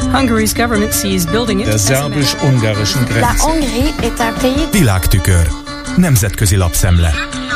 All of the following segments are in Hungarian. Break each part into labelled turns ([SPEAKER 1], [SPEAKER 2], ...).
[SPEAKER 1] der szerbus-ungarischen Grenze.
[SPEAKER 2] Világtükör. Nemzetközi lapszemle.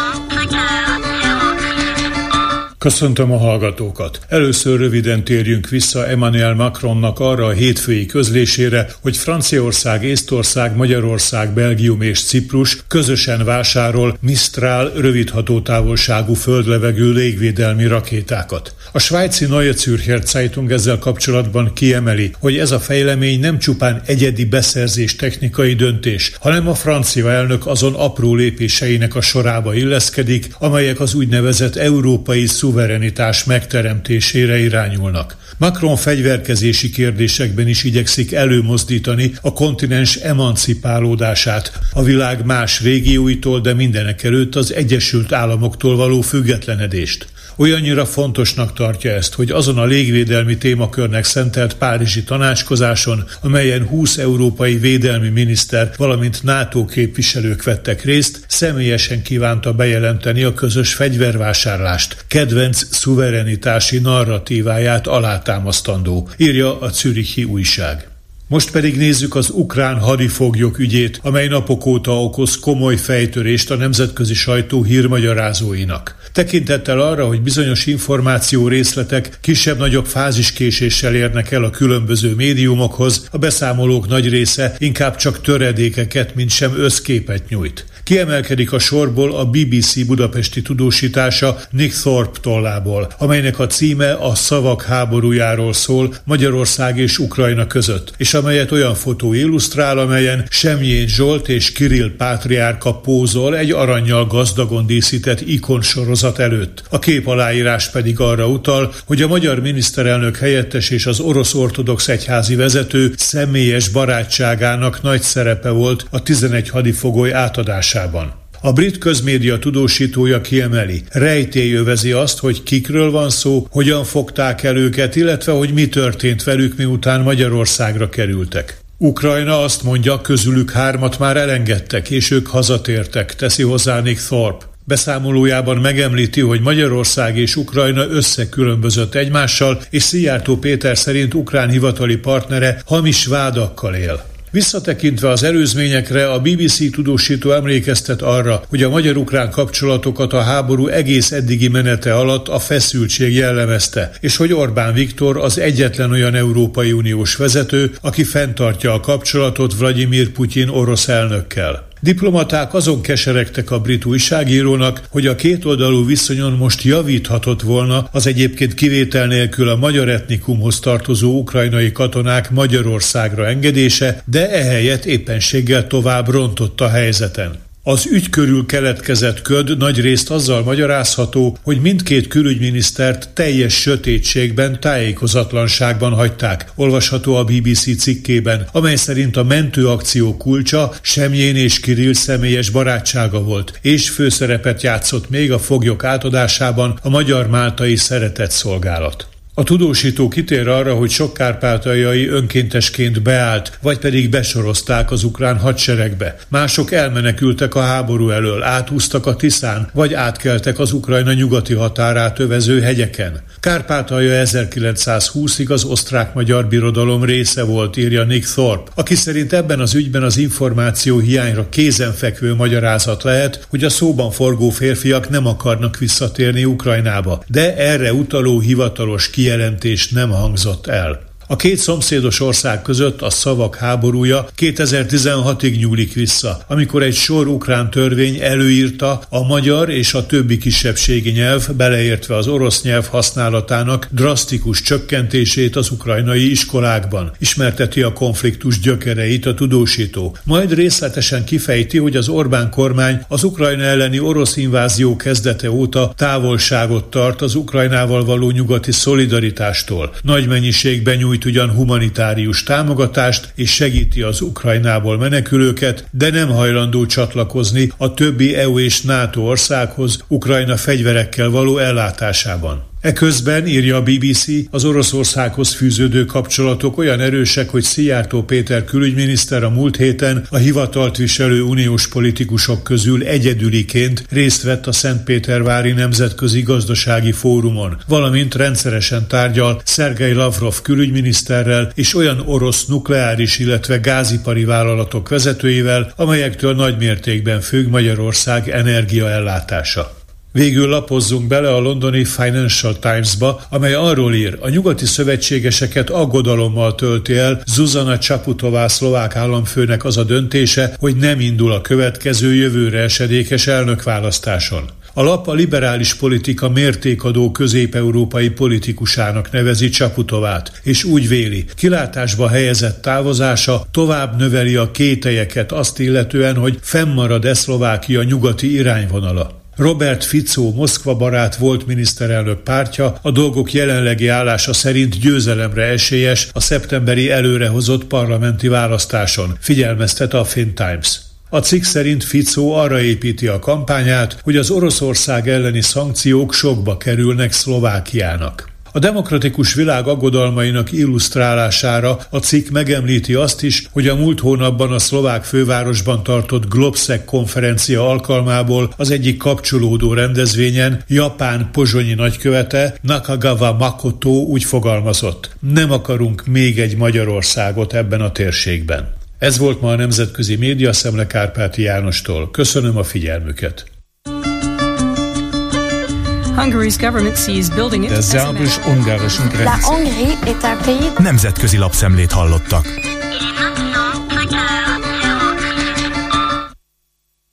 [SPEAKER 3] Köszöntöm a hallgatókat! Először röviden térjünk vissza Emmanuel Macronnak arra a hétfői közlésére, hogy Franciaország, Észtország, Magyarország, Belgium és Ciprus közösen vásárol Mistral rövidhatótávolságú földlevegő légvédelmi rakétákat. A svájci Neue Zürcher Zeitung ezzel kapcsolatban kiemeli, hogy ez a fejlemény nem csupán egyedi beszerzés technikai döntés, hanem a francia elnök azon apró lépéseinek a sorába illeszkedik, amelyek az úgynevezett európai szuverenitás megteremtésére irányulnak. Macron fegyverkezési kérdésekben is igyekszik előmozdítani a kontinens emancipálódását, a világ más régióitól, de mindenekelőtt az Egyesült Államoktól való függetlenedést. Olyannyira fontosnak tartja ezt, hogy azon a légvédelmi témakörnek szentelt párizsi tanácskozáson, amelyen 20 európai védelmi miniszter, valamint NATO képviselők vettek részt, személyesen kívánta bejelenteni a közös fegyvervásárlást, kedvenc szuverenitási narratíváját alátámasztandó, írja a zürichi újság. Most pedig nézzük az ukrán hadifoglyok ügyét, amely napok óta okoz komoly fejtörést a nemzetközi sajtó hírmagyarázóinak. Tekintettel arra, hogy bizonyos információ részletek kisebb-nagyobb fáziskéséssel érnek el a különböző médiumokhoz, a beszámolók nagy része inkább csak töredékeket, mint sem összképet nyújt. Kiemelkedik a sorból a BBC budapesti tudósítása Nick Thorpe tollából, amelynek a címe a szavak háborújáról szól Magyarország és Ukrajna között, és amelyet olyan fotó illusztrál, amelyen Semjén Zsolt és Kirill pátriárka pózol egy arannyal gazdagon díszített ikonsorozat előtt. A kép aláírás pedig arra utal, hogy a magyar miniszterelnök helyettes és az orosz ortodox egyházi vezető személyes barátságának nagy szerepe volt a 11 hadifogoly átadásában. A brit közmédia tudósítója kiemeli, rejtélyövezi azt, hogy kikről van szó, hogyan fogták el őket, illetve hogy mi történt velük, miután Magyarországra kerültek. Ukrajna azt mondja, közülük 3 már elengedtek, és ők hazatértek, teszi hozzá Nick Thorpe. Beszámolójában megemlíti, hogy Magyarország és Ukrajna összekülönbözött egymással, és Szijjártó Péter szerint ukrán hivatali partnere hamis vádakkal él. Visszatekintve az előzményekre, a BBC tudósító emlékeztet arra, hogy a magyar-ukrán kapcsolatokat a háború egész eddigi menete alatt a feszültség jellemezte, és hogy Orbán Viktor az egyetlen olyan Európai Uniós vezető, aki fenntartja a kapcsolatot Vlagyimir Putyin orosz elnökkel. Diplomaták azon keseregtek a brit újságírónak, hogy a kétoldalú viszonyon most javíthatott volna az egyébként kivétel nélkül a magyar etnikumhoz tartozó ukrajnai katonák Magyarországra engedése, de ehelyett éppenséggel tovább rontott a helyzeten. Az ügy körül keletkezett köd nagyrészt azzal magyarázható, hogy mindkét külügyminisztert teljes sötétségben, tájékozatlanságban hagyták, olvasható a BBC cikkében, amely szerint a mentőakció kulcsa Semjén és Kirill személyes barátsága volt, és főszerepet játszott még a foglyok átadásában a magyar-máltai szeretetszolgálat. A tudósító kitér arra, hogy sok kárpátaljai önkéntesként beállt, vagy pedig besorozták az ukrán hadseregbe. Mások elmenekültek a háború elől, átúztak a Tiszán, vagy átkeltek az Ukrajna nyugati határát övező hegyeken. Kárpátalja 1920-ig az osztrák-magyar birodalom része volt, írja Nick Thorpe, aki szerint ebben az ügyben az információ hiányra kézenfekvő magyarázat lehet, hogy a szóban forgó férfiak nem akarnak visszatérni Ukrajnába, de erre utaló hivatalos kijelentés nem hangzott el. A két szomszédos ország között a szavak háborúja 2016-ig nyúlik vissza, amikor egy sor ukrán törvény előírta a magyar és a többi kisebbségi nyelv, beleértve az orosz nyelv használatának drasztikus csökkentését az ukrajnai iskolákban. Ismerteti a konfliktus gyökereit a tudósító. Majd részletesen kifejti, hogy az Orbán kormány az Ukrajna elleni orosz invázió kezdete óta távolságot tart az Ukrajnával való nyugati szolidaritástól. Nagy mennyiségben nyújt ugyan humanitárius támogatást és segíti az Ukrajnából menekülőket, de nem hajlandó csatlakozni a többi EU és NATO országhoz Ukrajna fegyverekkel való ellátásában. Eközben, írja a BBC, az Oroszországhoz fűződő kapcsolatok olyan erősek, hogy Szijjártó Péter külügyminiszter a múlt héten a hivatalt viselő uniós politikusok közül egyedüliként részt vett a Szentpétervári Nemzetközi Gazdasági Fórumon, valamint rendszeresen tárgyal Szergej Lavrov külügyminiszterrel és olyan orosz nukleáris, illetve gázipari vállalatok vezetőivel, amelyektől nagy mértékben függ Magyarország energiaellátása. Végül lapozzunk bele a londoni Financial Times-ba, amely arról ír, a nyugati szövetségeseket aggodalommal tölti el Zuzana Čaputová szlovák államfőnek az a döntése, hogy nem indul a következő jövőre esedékes elnökválasztáson. A lap a liberális politika mértékadó közép-európai politikusának nevezi Čaputovát, és úgy véli, kilátásba helyezett távozása tovább növeli a kételyeket azt illetően, hogy fennmarad-e Szlovákia nyugati irányvonala. Robert Fico Moszkva barát volt miniszterelnök pártja a dolgok jelenlegi állása szerint győzelemre esélyes a szeptemberi előrehozott parlamenti választáson, figyelmeztet a Fin Times. A cikk szerint Fico arra építi a kampányát, hogy az Oroszország elleni szankciók sokba kerülnek Szlovákiának. A demokratikus világ aggodalmainak illusztrálására a cikk megemlíti azt is, hogy a múlt hónapban a szlovák fővárosban tartott Globsec konferencia alkalmából az egyik kapcsolódó rendezvényen Japán pozsonyi nagykövete Nakagawa Makoto úgy fogalmazott: nem akarunk még egy Magyarországot ebben a térségben. Ez volt ma a Nemzetközi Média Szemle Kárpáti Jánostól. Köszönöm a figyelmüket.
[SPEAKER 1] Der szerbus-ungarischen Grenze.
[SPEAKER 2] Nemzetközi lapszemlét hallottak.